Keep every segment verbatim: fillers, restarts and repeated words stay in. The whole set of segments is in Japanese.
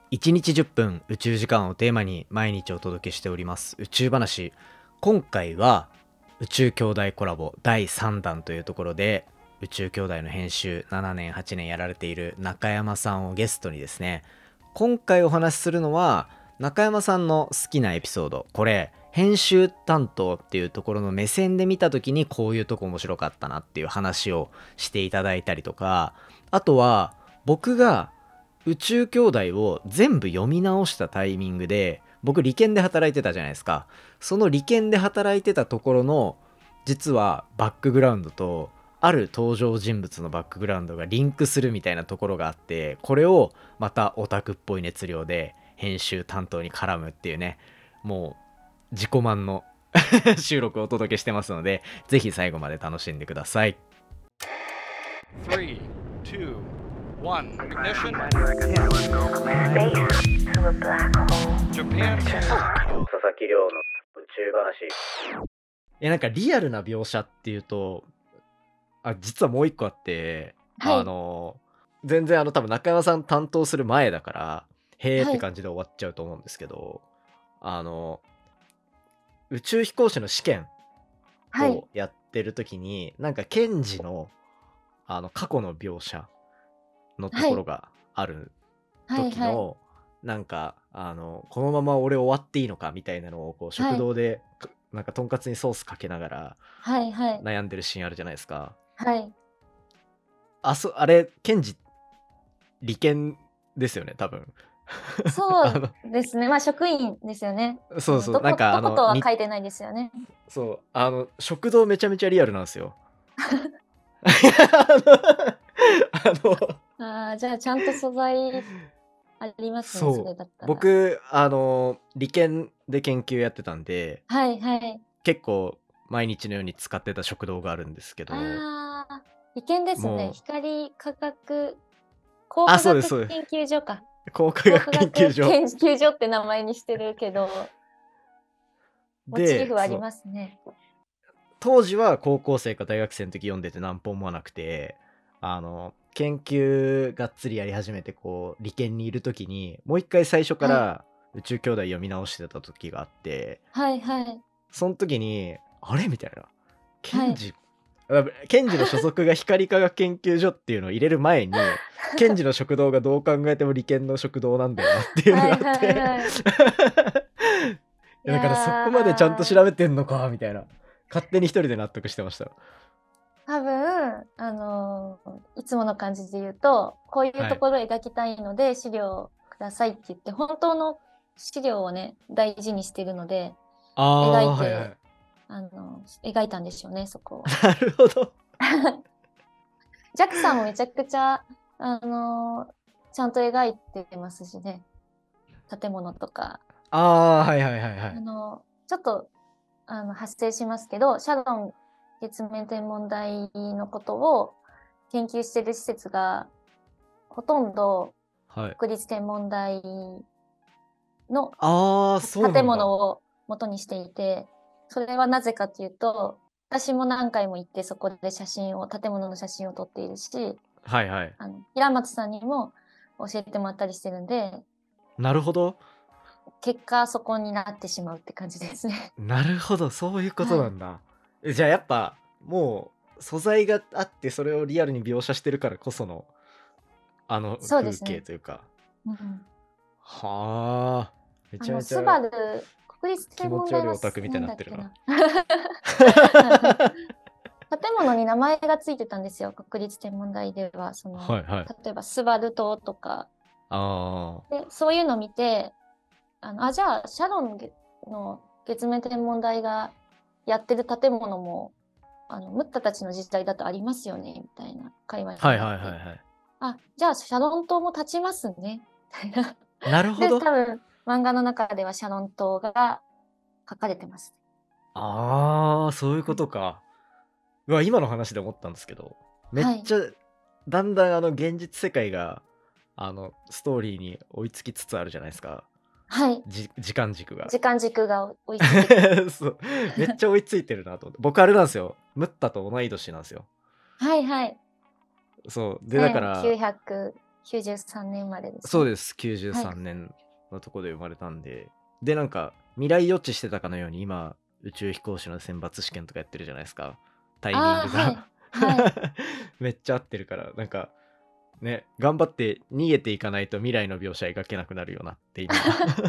いちにちじゅっぷん宇宙時間をテーマに毎日お届けしております宇宙話。今回は宇宙兄弟コラボだいさんだんというところで、宇宙兄弟の編集ななねんはちねんやられている中山さんをゲストにですね、今回お話しするのは中山さんの好きなエピソード、これ編集担当っていうところの目線で見た時にこういうとこ面白かったなっていう話をしていただいたりとか、あとは僕が宇宙兄弟を全部読み直したタイミングで、僕理研で働いてたじゃないですか。その理研で働いてたところの実はバックグラウンドとある登場人物のバックグラウンドがリンクするみたいなところがあって、これをまたオタクっぽい熱量で編集担当に絡むっていうね、もう自己満の収録をお届けしてますので、ぜひ最後まで楽しんでください。 スリー、ツー、ワン、ignition. Japan. 佐々木亮の宇宙話。いや、なんかリアルな描写っていうと、あ、実はもう一個あって、 はいあの全然あの多分中山さん担当する前だからへーってはい感じで終わっちゃうと思うんですけど、あの宇宙飛行士の試験はいをやってる時に、なんかケンジのあの過去の描写のところがあるはい時の、 はなんかあのこのまま俺終わっていいのかみたいなのをこう食堂で、かなんかとんかつにソースかけながらはいはい悩んでるシーンあるじゃないですか。 はいあそあれケンジ理研ですよね多分。 そうですね。まあ職員ですよね。 そうそう、 どこなんかあどことはのに書いてないですよね。 そうあの食堂めちゃめちゃリアルなんですよ。あのああ、じゃあちゃんと素材ありますね、 そうそれだったら。 僕あの理研で研究やってたんで、 はいはい。 結構毎日のように使ってた食堂があるんですけど、 ああ、理研ですもうね。光科学工あ科学そうですそうです研究所か。 工科学研究所工科学研究所って名前にしてるけど、モチーでフはありそうますね。 当時は高校生か大学生の時読んでて何本もなくて、あの研究がっつりやり始めてこう理研にいる時にもう一回最初から宇宙兄弟読み直してた時があって、 はいはい。 その時にあれみたいな、ケンジ、あケンジの所属が光科学研究所っていうのを入れる前にケンジの食堂がどう考えても理研の食堂なんだよなっていうのがあって、 はいはいはいいやだからそこまでちゃんと調べてんのかみたいな、勝手に一人で納得してました。 多分あのーいつもの感じで言うと、こういうところを描きたいので資料くださいって言って、本当の資料をね大事にしてるのであ描いて、 はいはい、 あの描いたんでしょうね、そこを。 なるほど。 ジャックさんもめちゃくちゃあのーちゃんと描いてますしね、建物とか。 ああはいはいはいはい。 あのちょっとあの発生しますけど、シャドン月面天文台のことを研究している施設がほとんどはい、 国立天文台のああそうなんだ。 建物を元にしていて、それはなぜかというと、私も何回も行ってそこで写真を建物の写真を撮っているし、 はいはい、 あの平松さんにも教えてもらったりしてるんで、 なるほど結果そこになってしまうって感じですね。 なるほど、そういうことなんだ。えじゃあやっぱもう素材があってそれをリアルに描写してるからこそのあの風そうですね景というか、 うん、 はあめあちゃめちゃのスバル国立気天文台は持ち悪いオタクみたいになってるな。 建物に名前がついてたんですよ、国立天文台では。そのはいはい。 例えばスバル島とかあで、そういうのを見て、あのあじゃあシャドンの月面天文台がやってる建物もあのムッタたちの時代だとありますよねみたいな会話にあなって、 はいはいはいはい。 あじゃあシャドン島も立ちますねみたいな。 なるほど。 で多分漫画の中ではシャドン島が書かれてます。 ああそういうことか。うわ今の話で思ったんですけど、めっちゃ、だんだんあの現実世界があのストーリーに追いつきつつあるじゃないですか。 はい。 じ時間軸が。 時間軸が追いついてる。 そうめっちゃ追いついてるなと思って。僕あれなんですよ。ムッタと同い年なんですよ。 はいはい。 そうでだからせんきゅうひゃくきゅうじゅうさんねん生まれです、ね、 そうです。きゅうじゅうさんねんのとこで生まれたんで、はい、でなんか未来予知してたかのように今宇宙飛行士の選抜試験とかやってるじゃないですか。タイミングが、 はいはい、 めっちゃ合ってるから、なんかね、頑張って逃げていかないと未来の描写描けなくなるよなって今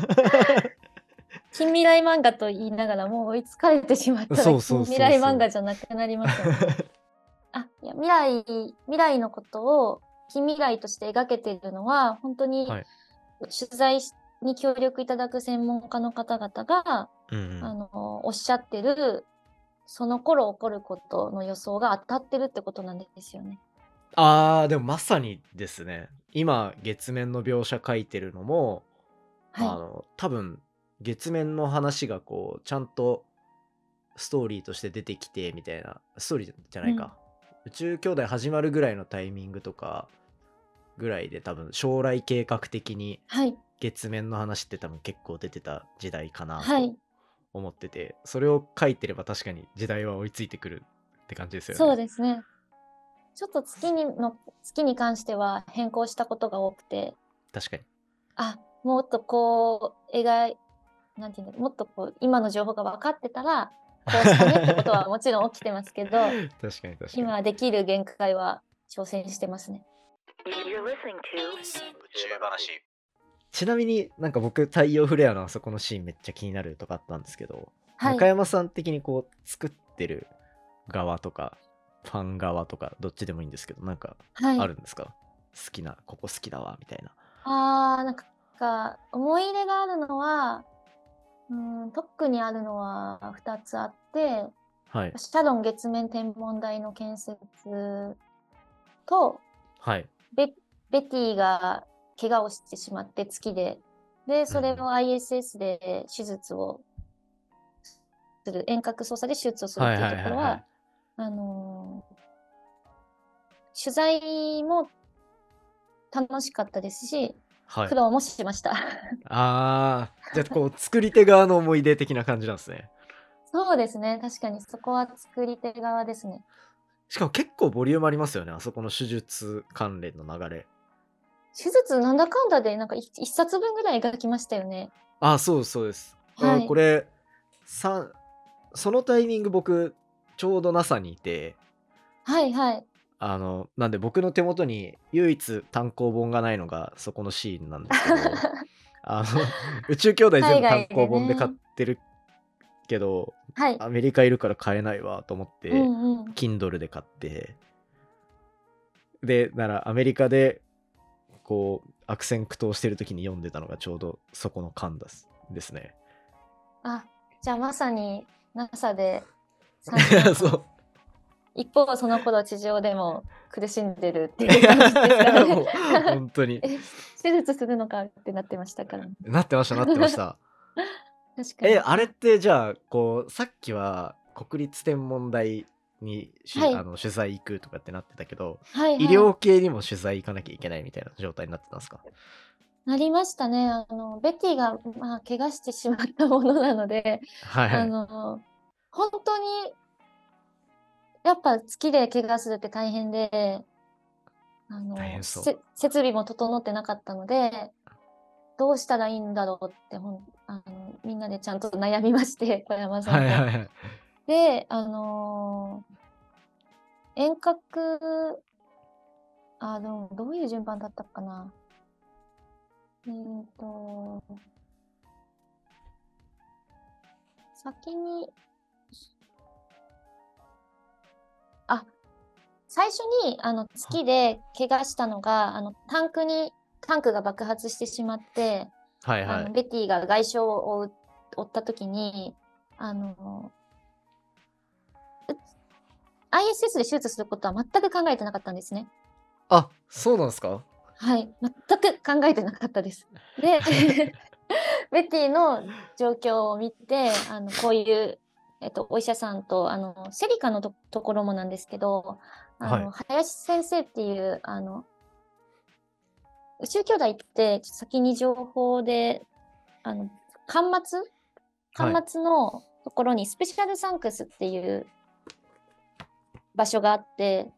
近未来漫画と言いながらもう追いつかれてしまったら近未来漫画じゃなくなりますよね。あ、いや、未来未来のことを近未来として描けているのは本当に取材に協力いただく専門家の方々が、うんうん、あのおっしゃってるその頃起こることの予想が当たってるってことなんですよね。 あー、でもまさにですね。今月面の描写書いてるのも、はい、あの多分月面の話がこうちゃんとストーリーとして出てきてみたいな、ストーリーじゃないか、うん、宇宙兄弟始まるぐらいのタイミングとかぐらいで多分将来計画的に月面の話って多分結構出てた時代かなと思ってて、はい、それを書いてれば確かに時代は追いついてくるって感じですよね。 そうですね。ちょっと月にの月に関しては変更したことが多くて、 確かにあ、もっとこう描いなんていうの、もっとこう今の情報が分かってたらこうしたねってことはもちろん起きてますけど確かに確かに今できる限界は挑戦してますね。 宇宙話。ちなみになんか僕太陽フレアのあそこのシーンめっちゃ気になるとかあったんですけど、はい、中山さん的にこう作ってる側とかファン側とかどっちでもいいんですけど、なんかあるんですか、はい、好きなここ好きだわみたいな。 あー、なんか思い入れがあるのはうん、特にあるのはふたつあって、はい、シャドン月面天文台の建設と、はい、ベ, ベティが怪我をしてしまって月で、でそれを アイエスエス で手術をする、遠隔操作で手術をするっていうところは、あのー、取材も楽しかったですし、はい、苦労もしましたあー、じゃあこう作り手側の思い出的な感じなんですね。 そうですね、確かにそこは作り手側ですね。 しかも結構ボリュームありますよね、あそこの手術関連の流れ。 手術なんだかんだでなんか一冊分ぐらい描きましたよね。 あ、そうそうです。はい、あこれさそのタイミング僕ちょうど ナサ にいて、 はいはい。 あのなんで僕の手元に唯一単行本がないのがそこのシーンなんですけどあの宇宙兄弟全部単行本で買ってるけど、はい、アメリカいるから買えないわと思って、うんうん、Kindle で買って、でならアメリカでこう悪戦苦闘してる時に読んでたのがちょうどそこの巻ですね。 あ、じゃあまさに ナサ でそう一方その頃地上でも苦しんでるっていう感じですかね本当に手術するのかってなってましたから、ね、 なってましたなってました確かに。えあれってじゃあこうさっきは国立天文台に、はい、あの取材行くとかってなってたけど、はいはい、医療系にも取材行かなきゃいけないみたいな状態になってたんですか？ なりましたね。あのベティが、まあ、怪我してしまったものなので、はいはい、あの本当にやっぱ月で怪我するって大変で、あの設備も整ってなかったのでどうしたらいいんだろうってほんあのみんなでちゃんと悩みまして小山さんと、はいはいはい、であのー、遠隔あのどういう順番だったかなえーと先にあ最初にあの月で怪我したのがあのタンクにタンクが爆発してしまって、はいはい、あのベティが外傷を負った時にあの アイエスエス で手術することは全く考えてなかったんですね。 あ、そうなんですか？ はい、全く考えてなかったです。でベティの状況を見てあのこういう、えっと、お医者さんとあのセリカの と, ところもなんですけどあの、はい、林先生っていうあの宇宙兄弟って先に情報であの端末端末のところにスペシャルサンクスっていう場所があって、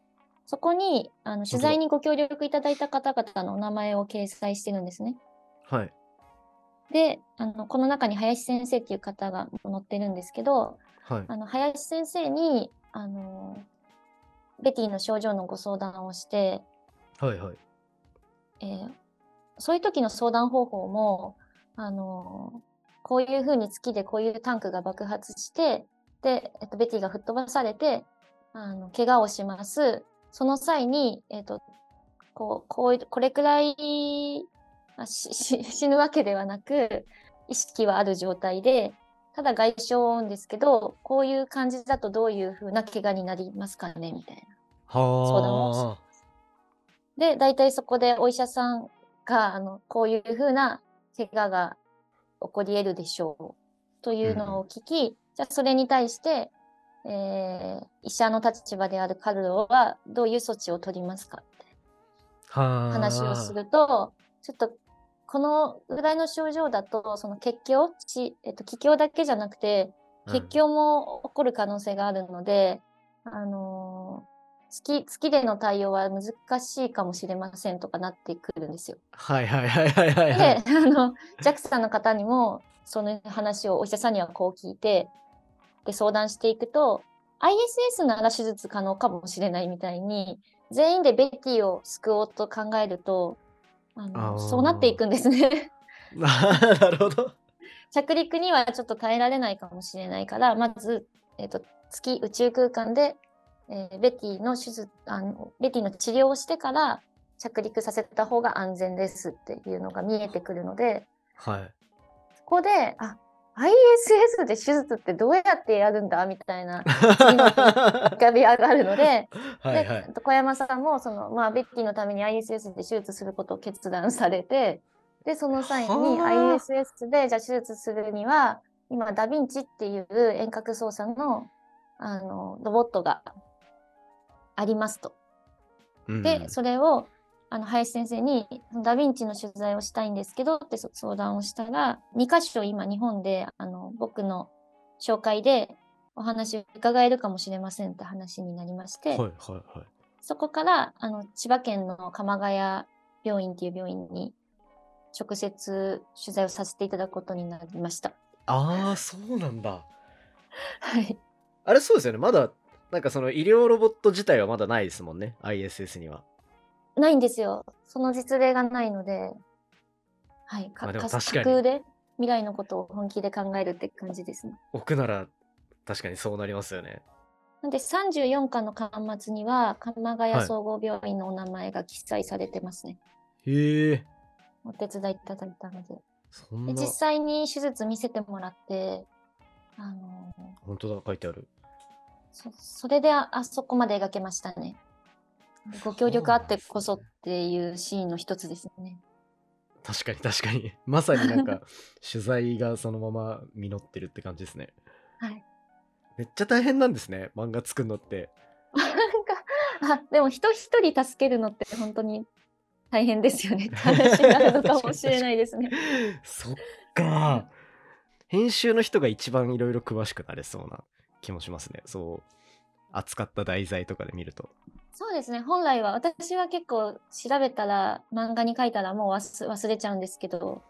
そこにあの本当だ。 取材にご協力いただいた方々のお名前を掲載してるんですね。 はい。 で、あのこの中に林先生っていう方が載ってるんですけど、 はい。 あの林先生にあのベティの症状のご相談をして、 はいはい。 えーそういう時の相談方法も、あのこういうふうに月でこういうタンクが爆発して、で、えっと、ベティが吹っ飛ばされて、あの怪我をします。その際に、えっと、こう、こういう、これくらいあしし死ぬわけではなく、意識はある状態で、ただ外傷を負うんですけど、こういう感じだとどういうふうな怪我になりますかねみたいな相談をしはで、大体そこでお医者さんが、あの、こういうふうな怪我が起こり得るでしょうというのを聞き、じゃあそれに対して、えー医者の立場であるカルロはどういう措置を取りますかってあ。 話をすはると、ちょっとこのぐらいの症状だと、その血胸、ちえっと、気胸だけじゃなくて、 あ。うん。 血胸も起こる可能性があるので、あのー月、月での対応は難しいかもしれませんとかなってくるんですよ。 はいはいはいはいはいはで、 い。 あの、ジャックさんの方にも、その話をお医者さんにはこう聞いて、で、相談していくと、アイエスエス なら手術可能かもしれないみたいに、全員でベティを救おうと考えると、あの、そうなっていあくんですね。 あ。なるほど。 着陸にはちょっと耐えられないかもしれないから、まず、えっと、月宇宙空間で、えーベティの手術、あの、ベティの治療をしてから着陸させた方が安全ですっていうのが見えてくるので、 はい。 そこで、あ、アイエスエス で手術ってどうやってやるんだみたいな、次の日浮かび上がるので、で、 はいはい。 小山さんも、その、まあ、ベッキーのために アイエスエス で手術することを決断されて、で、その際にはあ。 アイエスエス で、じゃあ手術するには、今、ダヴィンチっていう遠隔操作の、あの、ロボットがありますと。で、 うん。 それを、あの、林先生に、ダヴィンチの取材をしたいんですけどってそ相談をしたら、に箇所今日本で、あの、僕の紹介でお話を伺えるかもしれませんって話になりまして、 はいはいはい。 そこから、あの、千葉県の鎌ヶ谷病院っていう病院に直接取材をさせていただくことになりました。 ああ、そうなんだ。 はい。 あれそうですよね。まだ、なんかその医療ロボット自体はまだないですもんね。アイエスエス には。 ないんですよ。その実例がないので、はい。か、 まあでもか確かに、 架空で未来のことを本気で考えるって感じですね。 置くなら確かにそうなりますよね。 なんでさんじゅうよんかんの巻末には、鎌ヶ谷はい。 総合病院のお名前が記載されてますね。 へえ。 お手伝いいただいたので。で、 そんな、 実際に手術見せてもらって、あのー本当だ、書いてある。 そ、それであ、あそこまで描けましたね。ご協力あってこそっていうシーンの一つですね。 確かに確かに。まさになんか、取材がそのまま実ってるって感じですね。 はい。 めっちゃ大変なんですね。漫画作るのって。 なんか、あ、でも人一人助けるのって本当に大変ですよねって話になるのかもしれないですね。 そっか。編集の人が一番いろいろ詳しくなれそうな気もしますね。そう。扱った題材とかで見ると。 そうですね。本来は私は結構調べたら漫画に書いたらもう忘忘れちゃうんですけど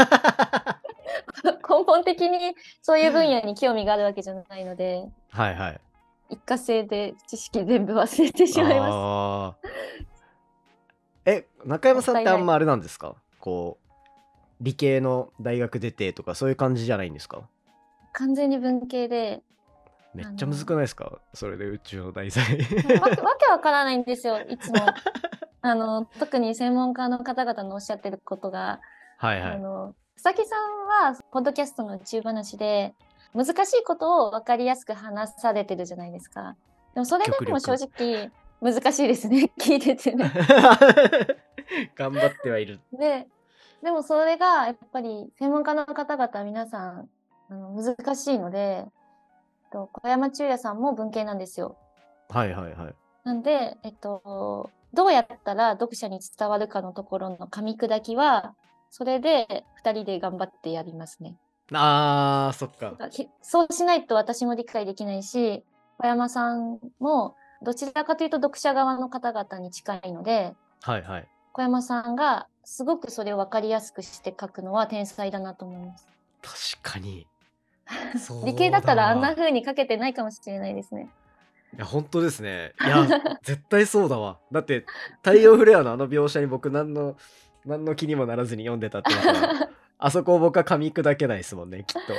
根本的にそういう分野に興味があるわけじゃないのではいはい。 一過性で知識全部忘れてしまいます。 ああ。え、中山さんってあんまあれなんですか？こう、理系の大学出てとかそういう感じじゃないんですか？ 完全に文系でめっちゃむずくないですか？それで宇宙の題材。 わけわけわからないんですよ、いつも。あの、特に専門家の方々のおっしゃってることが、 はいはい。 あの、佐々木さんは、ポッドキャストの宇宙話で、難しいことを分かりやすく話されてるじゃないですか。でもそれでも正直難しいですね、聞いててね。 頑張ってはいる。 で、でもそれがやっぱり専門家の方々皆さんあの難しいので、と小山中也さんも文系なんですよ。 はいはいはい。 なんで、えっと、どうやったら読者に伝わるかのところの噛み砕きは、それでふたりで頑張ってやりますね。 あー、そっか。 そうしないと私も理解できないし、小山さんもどちらかというと読者側の方々に近いので、 はいはい。 小山さんがすごくそれを分かりやすくして書くのは天才だなと思います。 確かに。そう理系だったらあんなわ。 風に書けてないかもしれないですね。 いや、本当ですね。いや、絶対そうだわ。だって、太陽フレアのあの描写に僕何の、何の気にもならずに読んでたってことは、あそこを僕は噛み砕けないですもんね、きっと。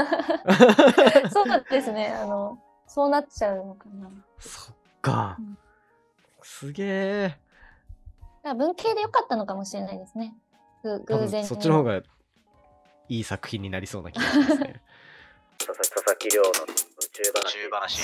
そうですね。あの、そうなっちゃうのかな。 そっか。 うんすげえ。 だから文系で良かったのかもしれないですね。ぐ多分偶然にも。 そっちの方がいい作品になりそうな気がしますね。佐々木亮の宇宙話。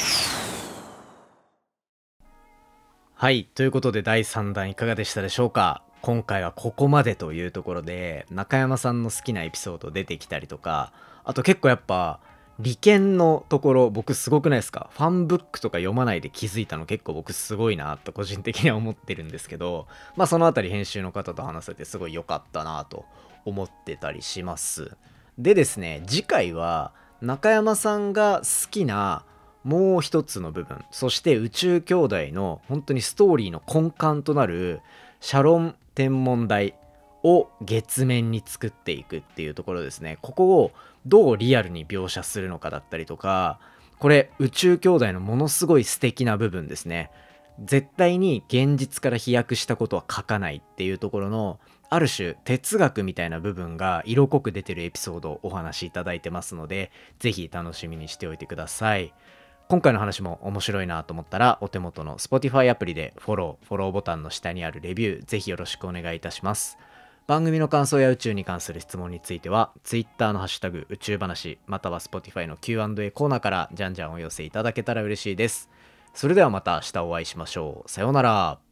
はい、ということでだいさんだんいかがでしたでしょうか。今回はここまでというところで、中山さんの好きなエピソード出てきたりとか、あと結構やっぱ理研のところ僕すごくないですか。ファンブックとか読まないで気づいたの結構僕すごいなと個人的には思ってるんですけど、まあそのあたり編集の方と話せてすごい良かったなと思ってたりします。でですね、次回は中山さんが好きなもう一つの部分、そして宇宙兄弟の本当にストーリーの根幹となるシャロン天文台を月面に作っていくっていうところですね。ここをどうリアルに描写するのかだったりとか、これ宇宙兄弟のものすごい素敵な部分ですね。絶対に現実から飛躍したことは書かないっていうところのある種哲学みたいな部分が色濃く出てるエピソードをお話しいただいてますので、ぜひ楽しみにしておいてください。今回の話も面白いなと思ったら、お手元の Spotify アプリでフォロー、フォローボタンの下にあるレビュー、ぜひよろしくお願いいたします。番組の感想や宇宙に関する質問については、Twitter のハッシュタグ宇宙話、または Spotify の キューアンドエー コーナーからじゃんじゃんお寄せいただけたら嬉しいです。それではまた明日お会いしましょう。さようなら。